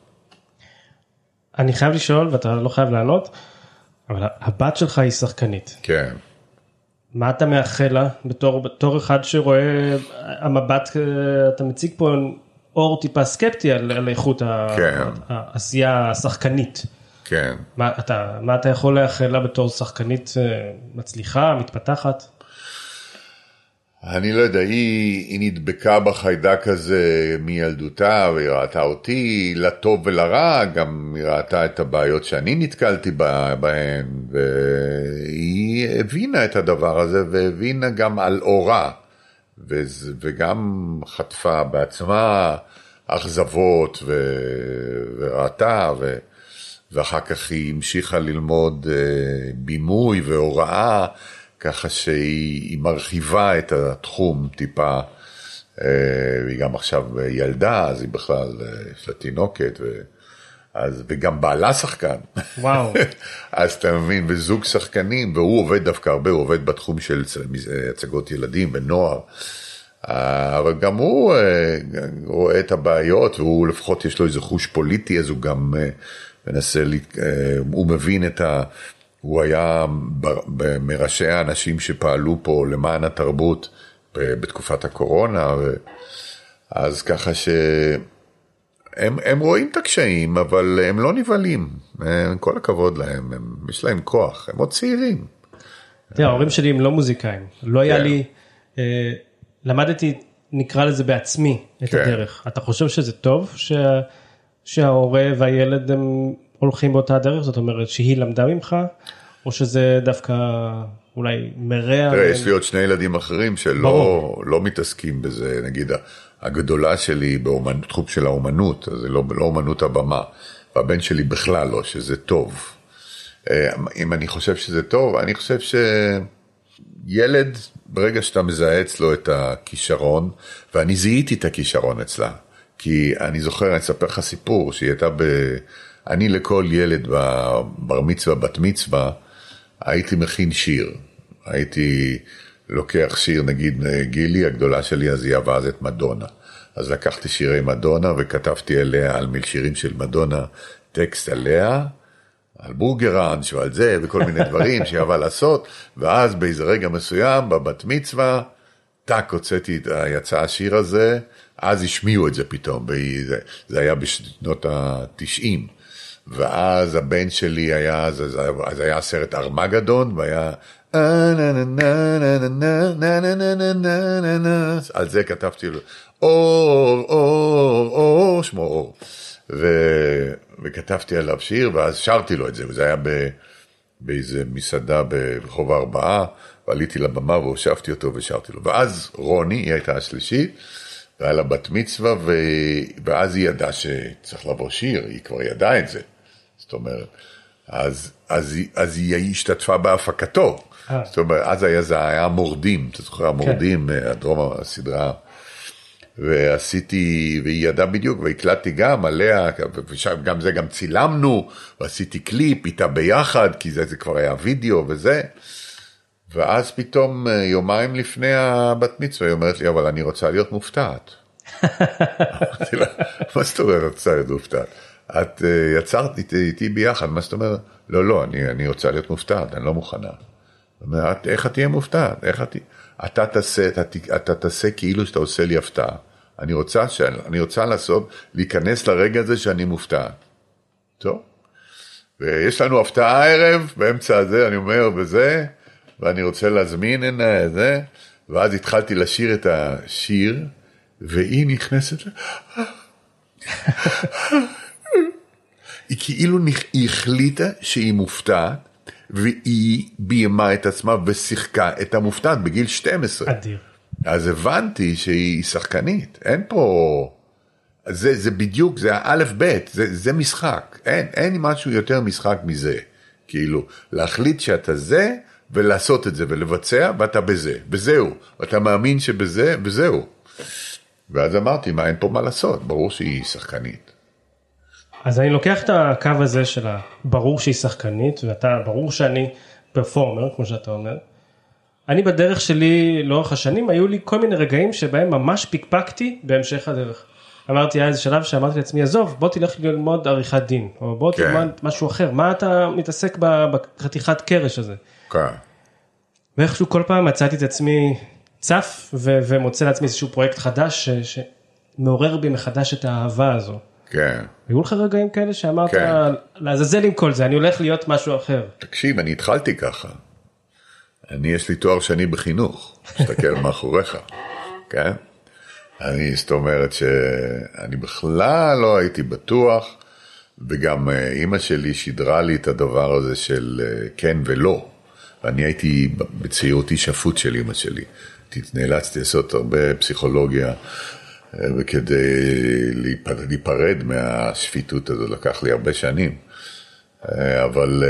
S2: אני חייב לשאול, ואתה לא חייב לענות, אבל הבת שלך היא שחקנית.
S1: כן.
S2: מה אתה מאחל לה בתור, בתור אחד שרואה המבט, אתה מציג פה אור טיפה סקפטי על, על איכות כן. העשייה השחקנית.
S1: כן.
S2: מה אתה, מה אתה יכול לאחל לה בתור שחקנית מצליחה, מתפתחת?
S1: אני לא יודע, היא, היא נדבקה בחיידק הזה מילדותה, והיא ראתה אותי לטוב ולרע, גם היא ראתה את הבעיות שאני נתקלתי בהן, והיא הבינה את הדבר הזה, והבינה גם על אורה, וגם חטפה בעצמה אכזבות, וראתה, ו... ואחר כך היא המשיכה ללמוד בימוי והוראה, ככה שהיא מרחיבה את התחום טיפה, והיא גם עכשיו ילדה, אז היא בכלל, יש לה תינוקת, ו... אז, וגם בעלה שחקן.
S2: וואו.
S1: אז אתה מבין, וזוג שחקנים, והוא עובד דווקא הרבה, הוא עובד בתחום של הצגות ילדים ונוער, אבל גם הוא רואה את הבעיות, והוא לפחות יש לו איזה חוש פוליטי, אז הוא גם מנסה, הוא מבין את ה... הוא היה מראשי האנשים שפעלו פה למען התרבות בתקופת הקורונה, אז ככה שהם הם רואים את הקשיים, אבל הם לא נבהלים, כל הכבוד להם, הם, יש להם כוח, הם עוד צעירים.
S2: תראה, ההורים שלי הם לא מוזיקאים, לא היה לי, למדתי, נקרא לזה בעצמי, את הדרך. אתה חושב שזה טוב שההורה והילד הם הולכים באותה הדרך, זאת אומרת שהיא למדה ממך, או שזה דווקא אולי מרע?
S1: תראה, יש לי עוד שני ילדים אחרים שלא לא מתעסקים בזה, נגיד הגדולה שלי בתחום של האומנות, אז זה לא, לא אומנות הבמה, והבן שלי בכלל לא, שזה טוב. אם אני חושב שזה טוב, אני חושב שילד, ברגע שאתה מזהה אצלו את הכישרון, ואני זיהיתי את הכישרון אצלה, כי אני זוכר, אני אספר לך סיפור, שהיא הייתה ב... אני לכל ילד בבר מצווה, בת מצווה, הייתי מכין שיר. הייתי לוקח שיר, נגיד גילי, הגדולה שלי, אז היא אהבה אז את מדונה. אז לקחתי שירי מדונה וכתבתי אליה, על שירים של מדונה, טקסט עליה, על בורגראנץ' ועל זה, וכל מיני דברים שהיא אהבה לעשות, ואז באיזה רגע מסוים, בבת מצווה, טק, הוצאתי, יצא השיר הזה, אז השמיעו את זה פתאום, זה, זה היה בשנות ה-תשעים. ואז הבן שלי היה, אז, אז היה סרט ארמגדון, והיה, על זה כתבתי לו, אור, אור, אור, שמו אור, ו, וכתבתי עליו שיר, ואז שרתי לו את זה, וזה היה ב, באיזה מסעדה ברחוב הארבעה, ועליתי לבמה והושבתי אותו ושרתי לו, ואז רוני, היא הייתה השלישית, והיה לה בת מצווה, ו... ואז היא ידעה שצריך לבוא שיר, היא כבר ידעה את זה. זאת אומרת, אז, אז, אז היא השתתפה בהפקתו. זאת אומרת, אז היה, זה היה מורדים, אתה זוכר, המורדים, כן. הדרום הסדרה, ועשיתי, והיא ידעה בדיוק, והקלטתי גם עליה, וגם זה גם צילמנו, ועשיתי קליפ איתה ביחד, כי זה, זה כבר היה וידאו וזה, ואז פתאום יומיים לפני הבת מצווה, היא אומרת לי, אבל אני רוצה להיות מופתעת. אמרתי לה, מה זאת אומרת, רוצה להיות מופתעת? את יצרת איתי ביחד, מה זאת אומרת? לא, לא, אני, אני רוצה להיות מופתעת, אני לא מוכנה. אומרת, איך את תהיה מופתעת? איך את... אתה תעשה, אתה, אתה תעשה כאילו שאתה עושה לי הפתעה. אני רוצה, אני רוצה לעשות, להיכנס לרגע הזה שאני מופתעת. טוב? ויש לנו הפתעה הערב, באמצע הזה, אני אומר, וזה, ואני רוצה להזמין את זה, ואז התחלתי לשיר את השיר, והיא נכנסת, היא כאילו היא החליטה שהיא מופתעת, והיא ביימה את עצמה ושיחקה את המופתעת בגיל שתים עשרה.
S2: אדיר.
S1: אז הבנתי שהיא שחקנית, אין פה, זה, זה בדיוק, זה האלף בית, זה, זה משחק, אין, אין משהו יותר משחק מזה, כאילו, להחליט שאתה זה, ולעשות את זה, ולבצע, ואתה בזה, וזהו, ואתה מאמין שבזה, וזהו. ואז אמרתי, מה, אין פה מה לעשות, ברור שהיא שחקנית.
S2: אז אני לוקח את הקו הזה של ברור שהיא שחקנית, ואתה, ברור שאני פרפורמר, כמו שאתה אומר. אני בדרך שלי, לאורך השנים, היו לי כל מיני רגעים שבהם ממש פיקפקתי בהמשך הדרך. אמרתי, היה איזה שלב שאמרתי לעצמי, עזוב, בוא תלך ללמוד עריכת דין, או בוא כן. תלמוד משהו אחר, מה אתה מתעסק בחתיכת קרש הזה? כן. ואיכשהו כל פעם מצאתי את עצמי צף, ו- ומוצא לעצמי איזשהו פרויקט חדש, ש- שמעורר בי מחדש את האהבה הזו.
S1: כן.
S2: היו לך רגעים כאלה שאמרת,
S1: כן.
S2: לעזאזל עם כל זה, אני הולך להיות משהו אחר.
S1: תקשיב, אני התחלתי ככה. אני, יש לי תואר שני בחינוך, מסתכל מאחוריך, כן? אני, זאת אומרת שאני בכלל לא הייתי בטוח, וגם אמא שלי שידרה לי את הדבר הזה של כן ולא. ואני הייתי בצעירותי שפוט של אמא שלי. נאלצתי לעשות הרבה פסיכולוגיה, וכדי להיפרד מהשפיטות הזו, לקח לי הרבה שנים. אבל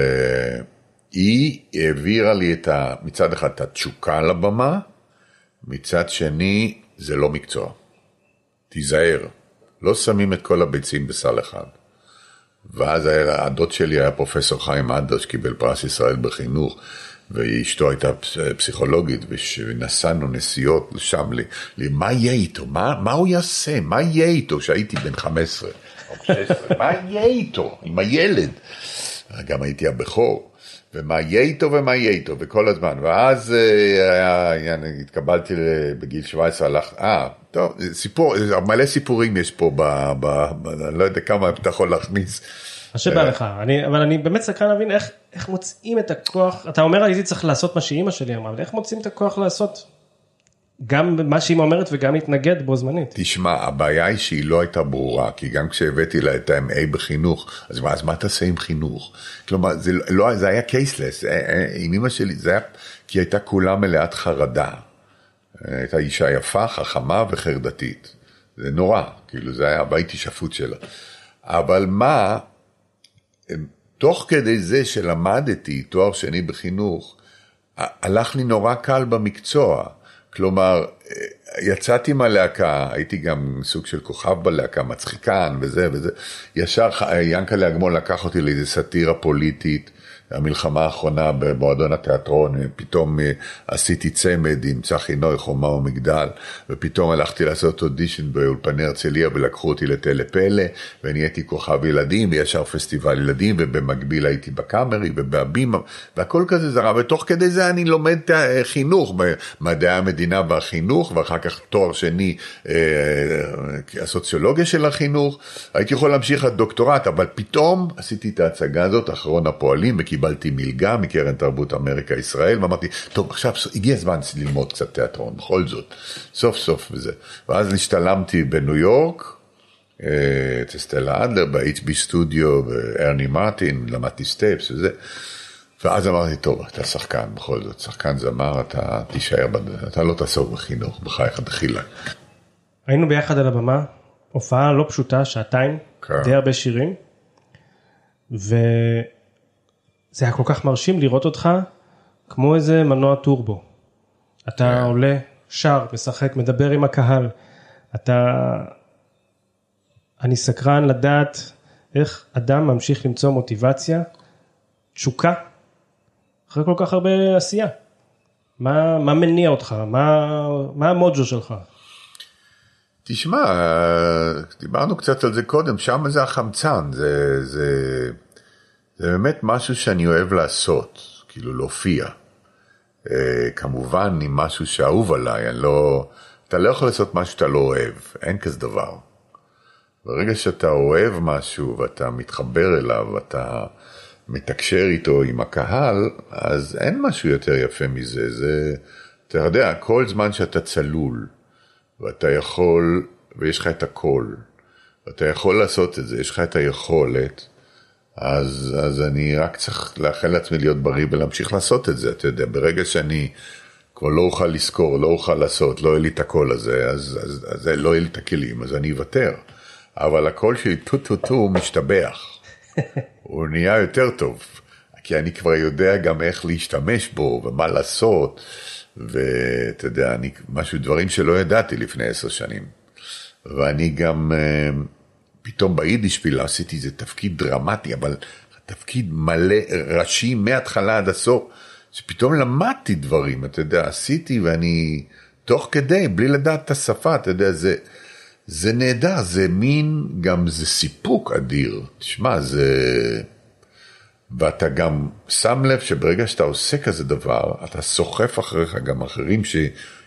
S1: היא העבירה לי את ה, מצד אחד את התשוקה לבמה, מצד שני זה לא מקצוע. תיזהר, לא שמים את כל הביצים בסל אחד. ואז הדוד שלי היה פרופסור חיים אדר, שקיבל פרס ישראל בחינוך, ואשתו הייתה פסיכולוגית, ונסענו נסיעות לשם, לי, לי, מה יהיה איתו? מה, מה הוא יעשה? מה יהיה איתו? שהייתי בן חמש עשרה או שש עשרה, מה יהיה איתו? עם הילד. גם הייתי הבכור. ומה יהיה איתו ומה יהיה איתו, וכל הזמן. ואז היה, התקבלתי בגיל שבע עשרה, הלך, אה, טוב, סיפור, מלא סיפורים יש פה, ב, ב, ב, אני לא יודע כמה אתה יכול להכניס.
S2: מה שבא לך, אני, אבל אני באמת סקרן להבין איך, איך מוצאים את הכוח, אתה אומר, הייתי צריך לעשות מה שאמא שלי אמרה, אבל איך מוצאים את הכוח לעשות גם מה שאמא אומרת וגם להתנגד בו זמנית? תשמע,
S1: הבעיה היא שהיא לא הייתה ברורה, כי גם כשהבאתי לה את ה-אם איי בחינוך, אז מה, אז מה תעשה עם חינוך? כלומר, זה, לא, זה היה קייסלס, עם אמא שלי, זה היה, כי הייתה כולה מלאת חרדה. הייתה אישה יפה, חכמה וחרדתית. זה נורא, כאילו זה היה, הייתי שפוט שלה. אבל מה, תוך כדי זה שלמדתי תואר שני בחינוך, הלך לי נורא קל במקצוע. כלומר, יצאתי מהלהקה, הייתי גם סוג של כוכב בלהקה, מצחיקן וזה וזה. ישר ינקלה אגמון לקח אותי לאיזו סאטירה פוליטית, המלחמה האחרונה במועדון התיאטרון, פתאום עשיתי צמד עם צחי נוי, חומה ומגדל, ופתאום הלכתי לעשות אודישן באולפני הרצליה, ולקחו אותי לטלפלא, ונהייתי כוכב ילדים, וישר פסטיבל ילדים, ובמקביל הייתי בקאמרי ובהבימה, והכל כזה זרה, ותוך כדי זה אני לומד חינוך, במדעי המדינה והחינוך, ואחר כך תואר שני, הסוציולוגיה של החינוך, הייתי יכול להמשיך את דוקטורט, אבל פתאום עשיתי את ההצגה הזאת, אחרון הפועלים, וקיבלתי מלגה מקרן תרבות אמריקה ישראל, ואמרתי, טוב, עכשיו הגיע הזמן ללמוד קצת תיאטרון, בכל זאת, סוף סוף וזה. ואז נשתלמתי בניו יורק, את סטלה אדלר, ב-אייץ' בי סטודיו, וארני מרטין, למדתי סטייפס וזה, ואז אמרתי, טוב, אתה שחקן, בכל זאת, שחקן זמר, אתה תישאר, אתה לא תעסוק בחינוך, בחייך דחילה.
S2: היינו ביחד על הבמה, הופעה לא פשוטה, שעתיים, די הרבה שירים, ו... זה היה כל כך מרשים לראות אותך כמו איזה מנוע טורבו. אתה yeah. עולה, שר, משחק, מדבר עם הקהל. אתה... אני סקרן לדעת איך אדם ממשיך למצוא מוטיבציה, תשוקה, אחרי כל כך הרבה עשייה. מה, מה מניע אותך? מה, מה המוג'ו שלך?
S1: תשמע, דיברנו קצת על זה קודם, שם זה החמצן, זה... זה... זה באמת משהו שאני אוהב לעשות, כאילו להופיע. אה, כמובן, עם משהו שאהוב עליי, אני לא, אתה לא יכול לעשות משהו שאתה לא אוהב, אין כזה דבר. ברגע שאתה אוהב משהו, ואתה מתחבר אליו, ואתה מתקשר איתו עם הקהל, אז אין משהו יותר יפה מזה. זה, אתה יודע, כל זמן שאתה צלול, ואתה יכול, ויש לך את הכל, ואתה יכול לעשות את זה, יש לך את היכולת, אז, אז אני רק צריך לאחל לעצמי להיות בריא ולהמשיך לעשות את זה, אתה יודע, ברגע שאני כבר לא אוכל לזכור, לא אוכל לעשות, לא יהיה לי את הקול הזה, אז, אז, אז לא יהיה לי את הכלים, אז אני אוותר. אבל הקול שלי טו-טו-טו משתבח, הוא נהיה יותר טוב, כי אני כבר יודע גם איך להשתמש בו ומה לעשות, ואתה יודע, אני, משהו, דברים שלא ידעתי לפני עשר שנים, ואני גם... פתאום ביידיש פילה עשיתי איזה תפקיד דרמטי, אבל תפקיד מלא ראשי מההתחלה עד הסוף, שפתאום למדתי דברים, אתה יודע, עשיתי ואני תוך כדי, בלי לדעת את השפה, אתה יודע, זה, זה נהדר, זה מין, גם זה סיפוק אדיר, תשמע, זה, ואתה גם שם לב שברגע שאתה עושה כזה דבר, אתה סוחף אחריך גם אחרים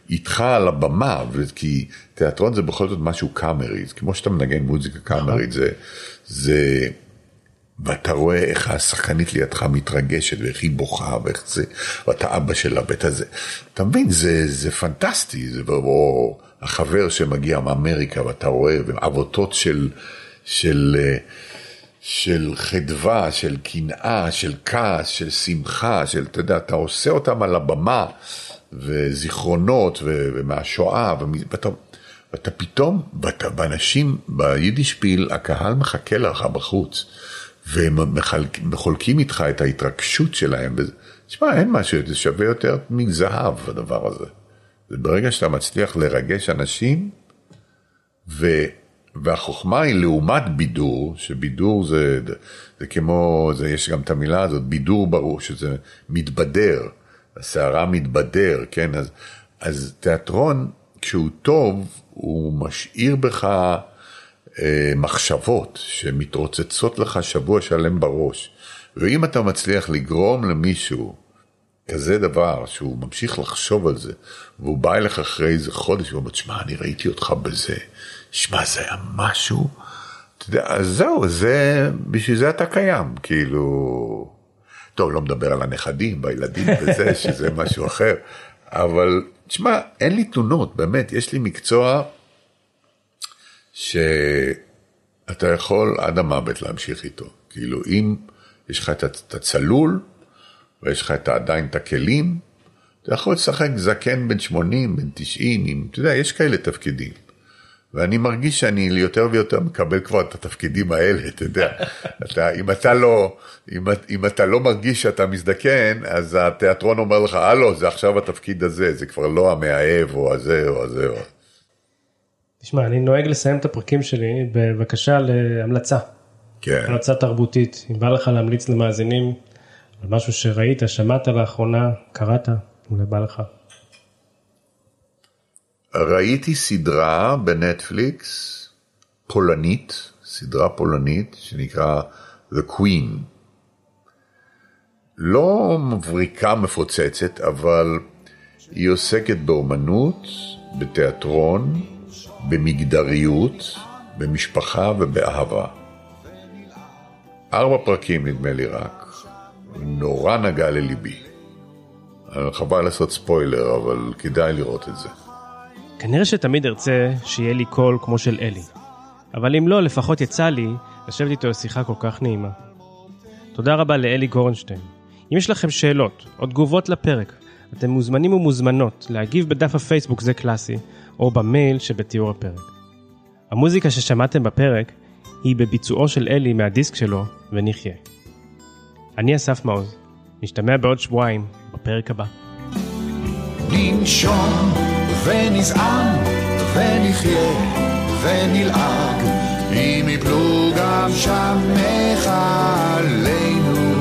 S1: איתך על הבמה, כי תיאטרון זה בכל זאת משהו קאמרי, כמו שאתה מנגן מוזיקה קאמרית, זה, זה, ואתה רואה איך השחקנית לידך מתרגשת, ואיך היא בוכה, ואיך זה, ואתה אבא שלה, ואתה זה, אתה מבין, זה, זה פנטסטי, זה, או החבר שמגיע מאמריקה, ואתה רואה, ועבותות של, של, של חדווה, של קנאה, של כעס, של שמחה, של, אתה יודע, אתה עושה אותם על הבמה, וזיכרונות, ומהשואה, ואתה, ואתה פתאום, ואתה, באנשים, ביידישפיל, הקהל מחכה לך בחוץ, והם מחולקים איתך את ההתרגשות שלהם, ותשמע, אין משהו, זה שווה יותר מזהב, הדבר הזה. זה ברגע שאתה מצליח לרגש אנשים, ו, והחוכמה היא לעומת בידור, שבידור זה, זה כמו, זה, יש גם את המילה הזאת, בידור ברור, שזה מתבדר, השערה מתבדר, כן, אז, אז תיאטרון, כשהוא טוב, הוא משאיר בך אה, מחשבות, שמתרוצצות לך שבוע שלם בראש, ואם אתה מצליח לגרום למישהו, כזה דבר, שהוא ממשיך לחשוב על זה, והוא בא אליך אחרי איזה חודש, והוא אומר, שמע, אני ראיתי אותך בזה, שמע, זה היה משהו, אתה יודע, אז זהו, זה, בשביל זה אתה קיים, כאילו, טוב, לא מדבר על הנכדים, בילדים וזה, שזה משהו אחר, אבל, שמע, אין לי תלונות, באמת, יש לי מקצוע, שאתה יכול עד המוות להמשיך איתו, כאילו, אם יש לך את הצלול, ויש לך את עדיין את הכלים, אתה יכול לשחק זקן בין שמונים, בין תשעים, עם, אתה יודע, יש כאלה תפקידים. ואני מרגיש שאני יותר ויותר מקבל כבר את התפקידים האלה, אתה יודע. אתה, אם, אתה לא, אם, אם אתה לא מרגיש שאתה מזדקן, אז התיאטרון אומר לך, הלו, זה עכשיו התפקיד הזה, זה כבר לא המאהב, או הזה, או הזה, או...
S2: תשמע, אני נוהג לסיים את הפרקים שלי, בבקשה להמלצה.
S1: כן.
S2: המלצה תרבותית. אם בא לך להמליץ למאזינים, על משהו שראית, שמעת לאחרונה, קראת, אולי בא לך.
S1: ראיתי סדרה בנטפליקס, פולנית, סדרה פולנית, שנקרא The Queen. לא מבריקה מפוצצת, אבל היא עוסקת באומנות, בתיאטרון, במגדריות, במשפחה ובאהבה. ארבע פרקים נדמה לי רק. נורא נגע לליבי. חבל לעשות ספוילר, אבל כדאי לראות את זה.
S2: כנראה שתמיד ארצה שיהיה לי קול כמו של אלי. אבל אם לא, לפחות יצא לי לשבת איתו לשיחה כל כך נעימה. תודה רבה לאלי גורנשטיין. אם יש לכם שאלות או תגובות לפרק, אתם מוזמנים ומוזמנות להגיב בדף הפייסבוק זה קלאסי, או במייל שבתיאור הפרק. המוזיקה ששמעתם בפרק היא בביצועו של אלי מהדיסק שלו, ונחיה. אני אסף מעוז, נשתמע בעוד שבועיים בפרק הבא.
S3: ננשום ונזעם ונחיה ונלעג, אם יפלו גם שמך עלינו.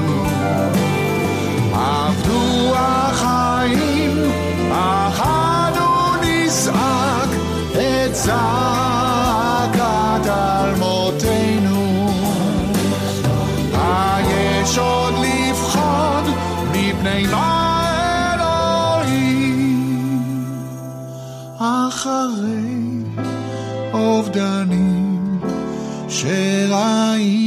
S3: עבדו החיים, אך אנו נזעק את זעקת אלמותינו. היש עוד לבחון מפני מה אלוהים, אחרי אובדנים שראינו.